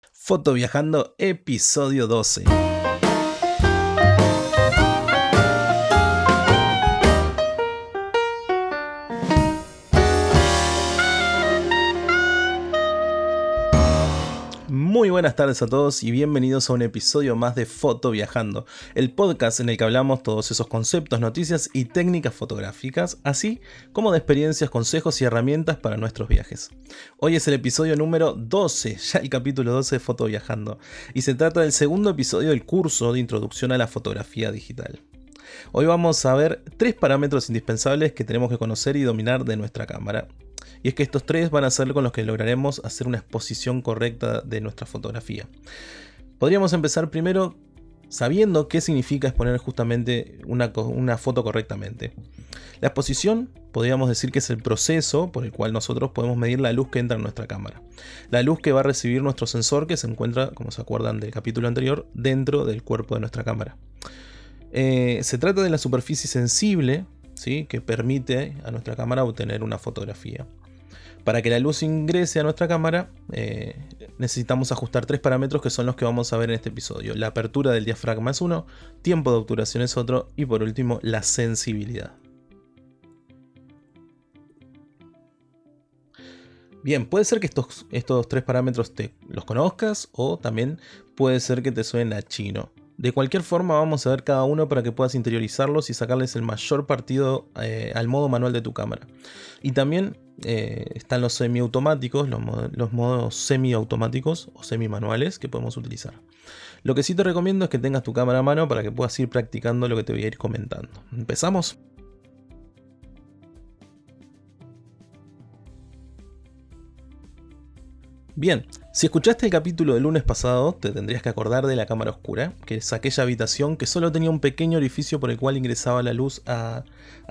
Foto Viajando, episodio 12. Muy buenas tardes a todos y bienvenidos a un episodio más de Foto Viajando, el podcast en el que hablamos todos esos conceptos, noticias y técnicas fotográficas, así como de experiencias, consejos y herramientas para nuestros viajes. Hoy es el episodio número 12, ya el capítulo 12 de Foto Viajando, y se trata del segundo episodio del curso de Introducción a la Fotografía Digital. Hoy vamos a ver 3 parámetros indispensables que tenemos que conocer y dominar de nuestra cámara. Y es que estos 3 van a ser con los que lograremos hacer una exposición correcta de nuestra fotografía. Podríamos empezar primero sabiendo qué significa exponer justamente una foto correctamente. La exposición podríamos decir que es el proceso por el cual nosotros podemos medir la luz que entra en nuestra cámara. La luz que va a recibir nuestro sensor, que se encuentra, como se acuerdan del capítulo anterior, dentro del cuerpo de nuestra cámara. Se trata de la superficie sensible, ¿sí?, que permite a nuestra cámara obtener una fotografía. Para que la luz ingrese a nuestra cámara, necesitamos ajustar 3 parámetros que son los que vamos a ver en este episodio. La apertura del diafragma es uno, tiempo de obturación es otro y por último la sensibilidad. Bien, puede ser que estos 3 parámetros los conozcas o también puede ser que te suenen a chino. De cualquier forma vamos a ver cada uno para que puedas interiorizarlos y sacarles el mayor partido al modo manual de tu cámara. Y también están los semiautomáticos, los modos semiautomáticos o semimanuales que podemos utilizar. Lo que sí te recomiendo es que tengas tu cámara a mano para que puedas ir practicando lo que te voy a ir comentando. ¿Empezamos? Bien, si escuchaste el capítulo del lunes pasado, te tendrías que acordar de la cámara oscura, que es aquella habitación que solo tenía un pequeño orificio por el cual ingresaba la luz a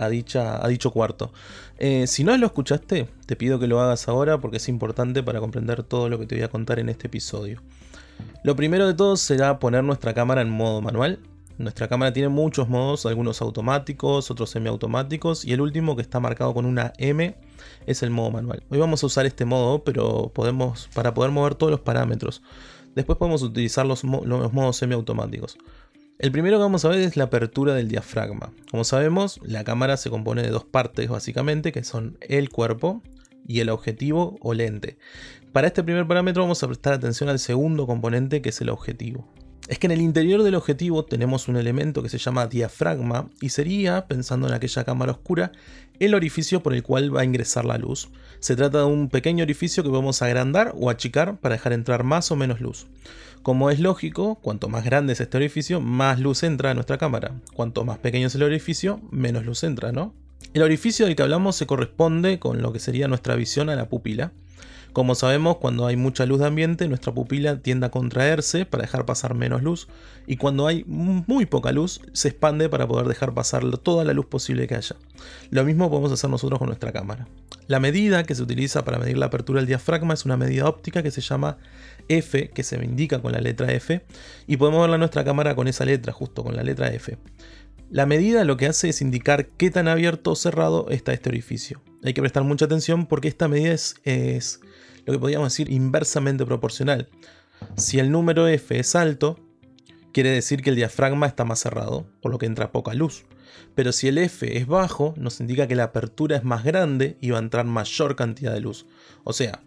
dicho cuarto. Si no lo escuchaste, te pido que lo hagas ahora porque es importante para comprender todo lo que te voy a contar en este episodio. Lo primero de todo será poner nuestra cámara en modo manual. Nuestra cámara tiene muchos modos, algunos automáticos, otros semiautomáticos y el último, que está marcado con una M, es el modo manual. Hoy vamos a usar este modo, pero para poder mover todos los parámetros. Después podemos utilizar los modos semiautomáticos. El primero que vamos a ver es la apertura del diafragma. Como sabemos, la cámara se compone de 2 partes básicamente, que son el cuerpo y el objetivo o lente. Para este primer parámetro vamos a prestar atención al segundo componente, que es el objetivo. Es que en el interior del objetivo tenemos un elemento que se llama diafragma y sería, pensando en aquella cámara oscura, el orificio por el cual va a ingresar la luz. Se trata de un pequeño orificio que podemos agrandar o achicar para dejar entrar más o menos luz. Como es lógico, cuanto más grande es este orificio, más luz entra a nuestra cámara. Cuanto más pequeño es el orificio, menos luz entra, ¿no? El orificio del que hablamos se corresponde con lo que sería nuestra visión a la pupila. Como sabemos, cuando hay mucha luz de ambiente, nuestra pupila tiende a contraerse para dejar pasar menos luz, y cuando hay muy poca luz, se expande para poder dejar pasar toda la luz posible que haya. Lo mismo podemos hacer nosotros con nuestra cámara. La medida que se utiliza para medir la apertura del diafragma es una medida óptica que se llama F, que se indica con la letra F, y podemos verla en nuestra cámara con esa letra, justo con la letra F. La medida lo que hace es indicar qué tan abierto o cerrado está este orificio. Hay que prestar mucha atención porque esta medida es lo que podríamos decir inversamente proporcional. Si el número F es alto, quiere decir que el diafragma está más cerrado, por lo que entra poca luz. Pero si el F es bajo, nos indica que la apertura es más grande y va a entrar mayor cantidad de luz. O sea,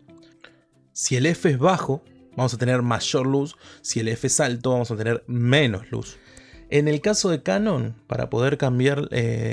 si el F es bajo, vamos a tener mayor luz. Si el F es alto, vamos a tener menos luz. En el caso de Canon, para poder cambiar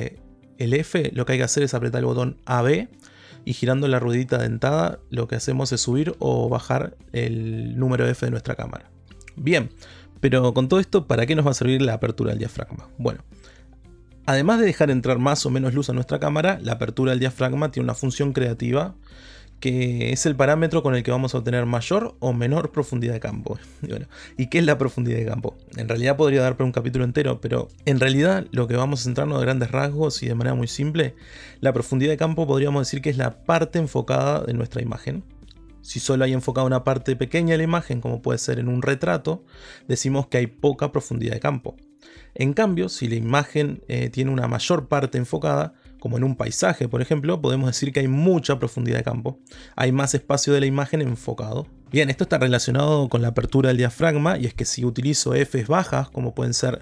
el F, lo que hay que hacer es apretar el botón AB y girando la ruedita dentada lo que hacemos es subir o bajar el número F de nuestra cámara. Bien, pero con todo esto, ¿para qué nos va a servir la apertura del diafragma? Bueno, además de dejar entrar más o menos luz a nuestra cámara, la apertura del diafragma tiene una función creativa que es el parámetro con el que vamos a obtener mayor o menor profundidad de campo. ¿Y qué es la profundidad de campo? En realidad podría dar para un capítulo entero, pero en realidad lo que vamos a centrarnos de grandes rasgos y de manera muy simple, la profundidad de campo podríamos decir que es la parte enfocada de nuestra imagen. Si solo hay enfocada una parte pequeña de la imagen, como puede ser en un retrato, decimos que hay poca profundidad de campo. En cambio, si la imagen tiene una mayor parte enfocada, como en un paisaje, por ejemplo, podemos decir que hay mucha profundidad de campo. Hay más espacio de la imagen enfocado. Bien, esto está relacionado con la apertura del diafragma, y es que si utilizo Fs bajas, como pueden ser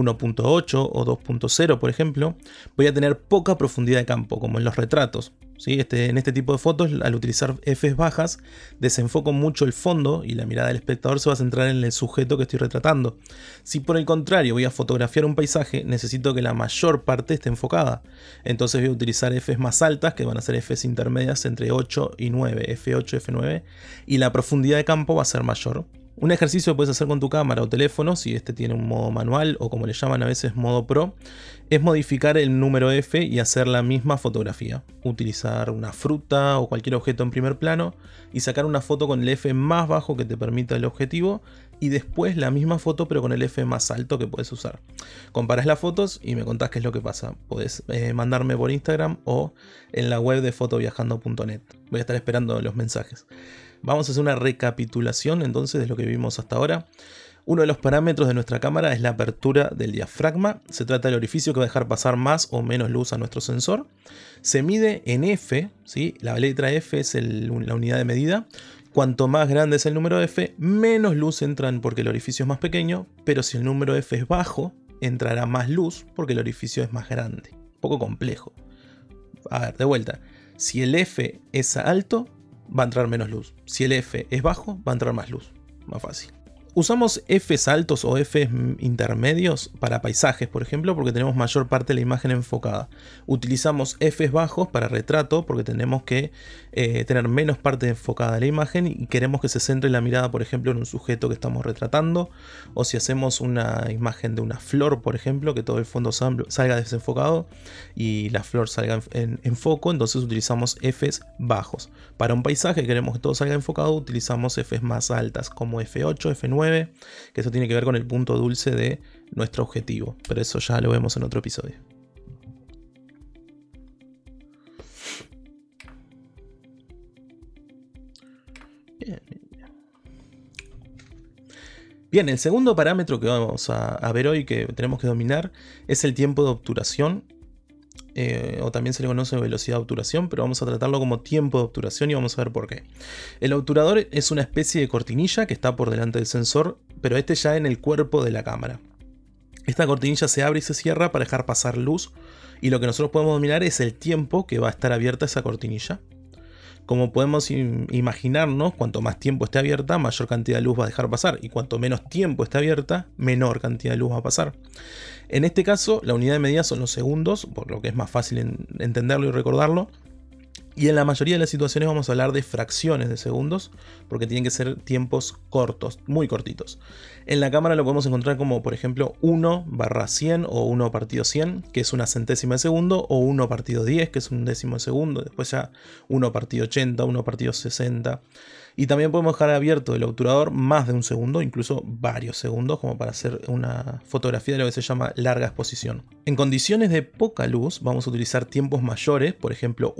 1.8 o 2.0, por ejemplo, voy a tener poca profundidad de campo, como en los retratos. ¿Sí? En este tipo de fotos, al utilizar Fs bajas, desenfoco mucho el fondo y la mirada del espectador se va a centrar en el sujeto que estoy retratando. Si por el contrario voy a fotografiar un paisaje, necesito que la mayor parte esté enfocada. Entonces voy a utilizar Fs más altas, que van a ser Fs intermedias entre 8 y 9, F8, F9, y la profundidad de campo va a ser mayor. Un ejercicio que puedes hacer con tu cámara o teléfono, si este tiene un modo manual o como le llaman a veces modo pro, es modificar el número F y hacer la misma fotografía. Utilizar una fruta o cualquier objeto en primer plano y sacar una foto con el F más bajo que te permita el objetivo, y después la misma foto pero con el F más alto que puedes usar. Comparás las fotos y me contás qué es lo que pasa. Podés mandarme por Instagram o en la web de fotoviajando.net. Voy a estar esperando los mensajes. Vamos a hacer una recapitulación entonces de lo que vimos hasta ahora. Uno de los parámetros de nuestra cámara es la apertura del diafragma. Se trata del orificio que va a dejar pasar más o menos luz a nuestro sensor. Se mide en F, ¿sí? La letra F es la unidad de medida. Cuanto más grande es el número F, menos luz entra porque el orificio es más pequeño, pero si el número F es bajo, entrará más luz porque el orificio es más grande. Un poco complejo. A ver, de vuelta. Si el F es alto, va a entrar menos luz. Si el F es bajo, va a entrar más luz. Más fácil. Usamos Fs altos o Fs intermedios para paisajes, por ejemplo, porque tenemos mayor parte de la imagen enfocada. Utilizamos Fs bajos para retrato porque tenemos que tener menos parte enfocada de la imagen y queremos que se centre la mirada, por ejemplo, en un sujeto que estamos retratando. O si hacemos una imagen de una flor, por ejemplo, que todo el fondo salga desenfocado y la flor salga en foco, entonces utilizamos Fs bajos. Para un paisaje queremos que todo salga enfocado, utilizamos Fs más altas como F8, F9, que eso tiene que ver con el punto dulce de nuestro objetivo, pero eso ya lo vemos en otro episodio. Bien, el segundo parámetro que vamos a ver hoy, que tenemos que dominar, es el tiempo de obturación. O también se le conoce velocidad de obturación, pero vamos a tratarlo como tiempo de obturación y vamos a ver por qué. El obturador es una especie de cortinilla que está por delante del sensor, pero este ya en el cuerpo de la cámara. Esta cortinilla se abre y se cierra para dejar pasar luz, y lo que nosotros podemos dominar es el tiempo que va a estar abierta esa cortinilla. Como podemos imaginarnos, cuanto más tiempo esté abierta, mayor cantidad de luz va a dejar pasar, y cuanto menos tiempo esté abierta, menor cantidad de luz va a pasar. En este caso, la unidad de medida son los segundos, por lo que es más fácil entenderlo y recordarlo. Y en la mayoría de las situaciones vamos a hablar de fracciones de segundos, porque tienen que ser tiempos cortos, muy cortitos. En la cámara lo podemos encontrar como, por ejemplo, 1/100 o 1/100, que es una centésima de segundo, o 1/10, que es un décimo de segundo. Después ya 1/80, 1/60. Y también podemos dejar abierto el obturador más de un segundo, incluso varios segundos, como para hacer una fotografía de lo que se llama larga exposición. En condiciones de poca luz vamos a utilizar tiempos mayores, por ejemplo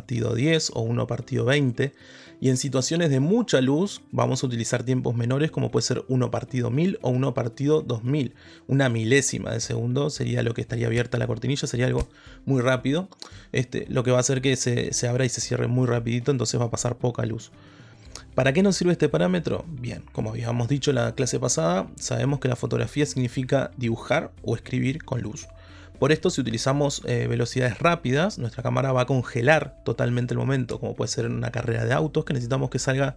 1/10 o 1/20, y en situaciones de mucha luz vamos a utilizar tiempos menores, como puede ser 1/1000 o 1/2000. Una milésima de segundo sería lo que estaría abierta la cortinilla, sería algo muy rápido. Lo que va a hacer que se abra y se cierre muy rapidito, entonces va a pasar poca luz. ¿Para qué nos sirve este parámetro? Bien, como habíamos dicho en la clase pasada, sabemos que la fotografía significa dibujar o escribir con luz. Por esto, si utilizamos velocidades rápidas, nuestra cámara va a congelar totalmente el momento, como puede ser en una carrera de autos, que necesitamos que salga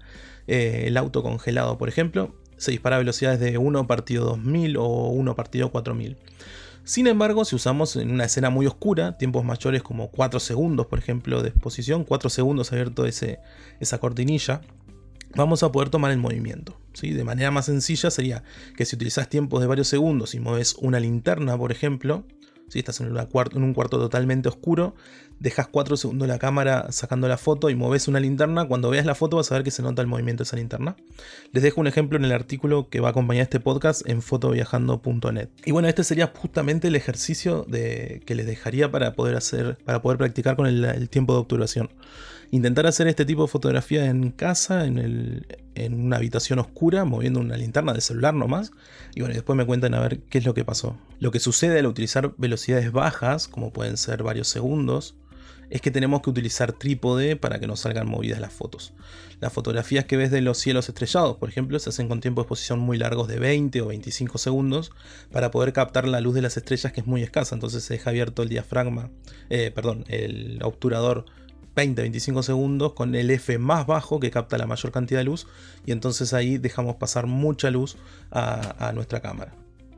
el auto congelado, por ejemplo. Se dispara a velocidades de 1/2000 o 1/4000. Sin embargo, si usamos en una escena muy oscura, tiempos mayores como 4 segundos, por ejemplo, de exposición, 4 segundos abierto esa cortinilla, vamos a poder tomar el movimiento, ¿sí? De manera más sencilla sería que si utilizas tiempos de varios segundos y mueves una linterna, por ejemplo, si estás en un cuarto totalmente oscuro, dejas 4 segundos la cámara sacando la foto y mueves una linterna, cuando veas la foto vas a ver que se nota el movimiento de esa linterna. Les dejo un ejemplo en el artículo que va a acompañar este podcast en fotoviajando.net. Y bueno, este sería justamente el ejercicio que les dejaría para poder practicar con el tiempo de obturación. Intentar hacer este tipo de fotografías en casa, en una habitación oscura, moviendo una linterna de celular nomás. Y bueno, después me cuentan a ver qué es lo que pasó. Lo que sucede al utilizar velocidades bajas, como pueden ser varios segundos, es que tenemos que utilizar trípode para que nos salgan movidas las fotos. Las fotografías que ves de los cielos estrellados, por ejemplo, se hacen con tiempos de exposición muy largos de 20 o 25 segundos para poder captar la luz de las estrellas, que es muy escasa. Entonces se deja abierto el diafragma, el obturador 20-25 segundos con el F más bajo que capta la mayor cantidad de luz, y entonces ahí dejamos pasar mucha luz a nuestra cámara.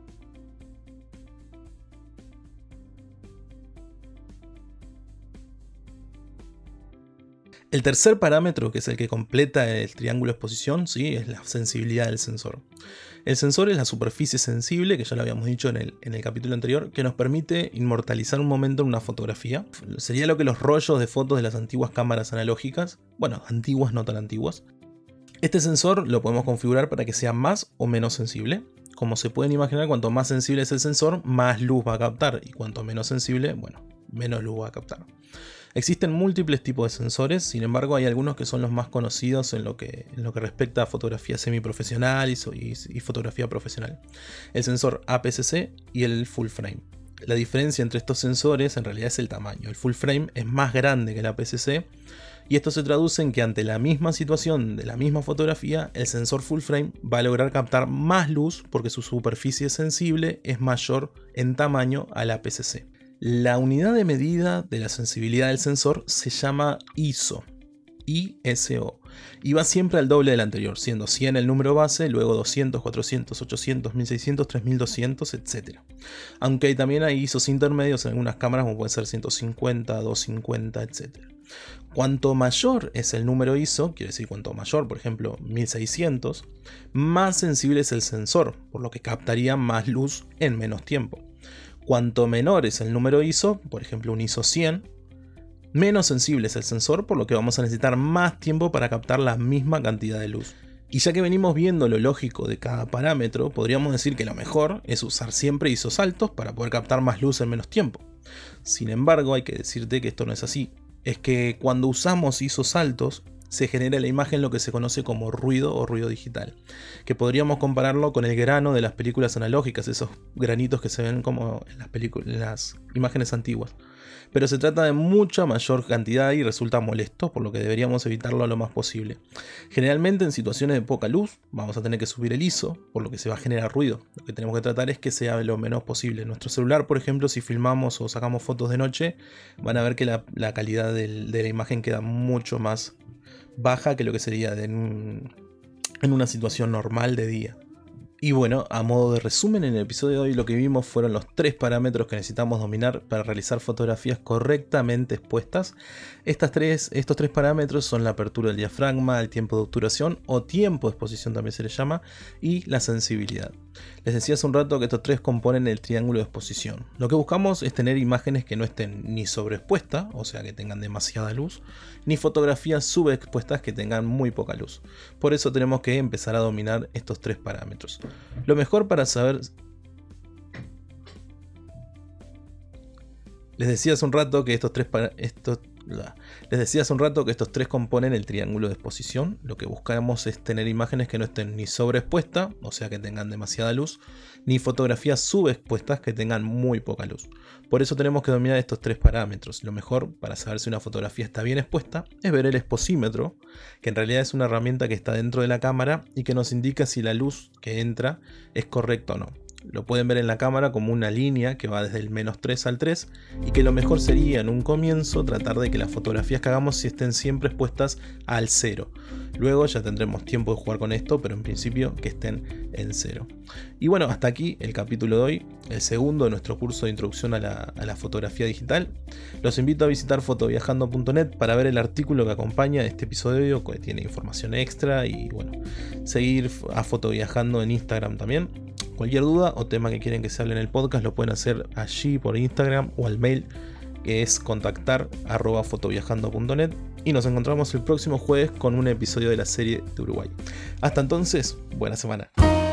El tercer parámetro, que es el que completa el triángulo de exposición, ¿sí?, es la sensibilidad del sensor. El sensor es la superficie sensible, que ya lo habíamos dicho en el capítulo anterior, que nos permite inmortalizar un momento en una fotografía. Sería lo que los rollos de fotos de las antiguas cámaras analógicas, bueno, antiguas, no tan antiguas. Este sensor lo podemos configurar para que sea más o menos sensible. Como se pueden imaginar, cuanto más sensible es el sensor, más luz va a captar, y cuanto menos sensible, bueno, menos luz va a captar. Existen múltiples tipos de sensores, sin embargo hay algunos que son los más conocidos en lo que respecta a fotografía semiprofesional y fotografía profesional. El sensor APS-C y el full frame. La diferencia entre estos sensores en realidad es el tamaño. El full frame es más grande que el APS-C, y esto se traduce en que ante la misma situación de la misma fotografía, el sensor full frame va a lograr captar más luz porque su superficie sensible es mayor en tamaño al APS-C. La unidad de medida de la sensibilidad del sensor se llama ISO, y va siempre al doble del anterior, siendo 100 el número base, luego 200, 400, 800, 1600, 3200, etc. Aunque también hay ISOs intermedios en algunas cámaras, como pueden ser 150, 250, etc. Cuanto mayor es el número ISO, quiere decir cuanto mayor, por ejemplo 1600, más sensible es el sensor, por lo que captaría más luz en menos tiempo. Cuanto menor es el número ISO, por ejemplo un ISO 100, menos sensible es el sensor, por lo que vamos a necesitar más tiempo para captar la misma cantidad de luz. Y ya que venimos viendo lo lógico de cada parámetro, podríamos decir que lo mejor es usar siempre ISOs altos para poder captar más luz en menos tiempo. Sin embargo, hay que decirte que esto no es así. Es que cuando usamos ISOs altos, se genera en la imagen lo que se conoce como ruido o ruido digital, que podríamos compararlo con el grano de las películas analógicas, esos granitos que se ven como en las imágenes antiguas. Pero se trata de mucha mayor cantidad y resulta molesto, por lo que deberíamos evitarlo lo más posible. Generalmente en situaciones de poca luz vamos a tener que subir el ISO, por lo que se va a generar ruido. Lo que tenemos que tratar es que sea lo menos posible. Nuestro celular, por ejemplo, si filmamos o sacamos fotos de noche, van a ver que la calidad de la imagen queda mucho más baja que lo que sería en una situación normal de día. Y bueno, a modo de resumen, en el episodio de hoy lo que vimos fueron los 3 parámetros que necesitamos dominar para realizar fotografías correctamente expuestas. Estos 3 parámetros son la apertura del diafragma, el tiempo de obturación o tiempo de exposición también se le llama, y la sensibilidad. Les decía hace un rato que estos 3 componen el triángulo de exposición. Lo que buscamos es tener imágenes que no estén ni sobreexpuestas, o sea que tengan demasiada luz, ni fotografías subexpuestas que tengan muy poca luz. Por eso tenemos que empezar a dominar estos 3 parámetros. Lo mejor para saber... Les decía hace un rato que estos tres componen el triángulo de exposición. Lo que buscamos es tener imágenes que no estén ni sobreexpuestas, o sea que tengan demasiada luz, ni fotografías subexpuestas que tengan muy poca luz. Por eso tenemos que dominar estos 3 parámetros. Lo mejor para saber si una fotografía está bien expuesta es ver el exposímetro, que en realidad es una herramienta que está dentro de la cámara y que nos indica si la luz que entra es correcta o no. Lo pueden ver en la cámara como una línea que va desde el -3 al 3, y que lo mejor sería en un comienzo tratar de que las fotografías que hagamos estén siempre expuestas al 0. Luego ya tendremos tiempo de jugar con esto, pero en principio que estén en 0. Y bueno, hasta aquí el capítulo de hoy, el segundo de nuestro curso de introducción a la fotografía digital. Los invito a visitar fotoviajando.net para ver el artículo que acompaña este episodio, que tiene información extra, y bueno, seguir a Fotoviajando en Instagram también. Cualquier duda o tema que quieren que se hable en el podcast lo pueden hacer allí por Instagram o al mail, que es contactar@fotoviajando.net, y nos encontramos el próximo jueves con un episodio de la serie de Uruguay. Hasta entonces, buena semana.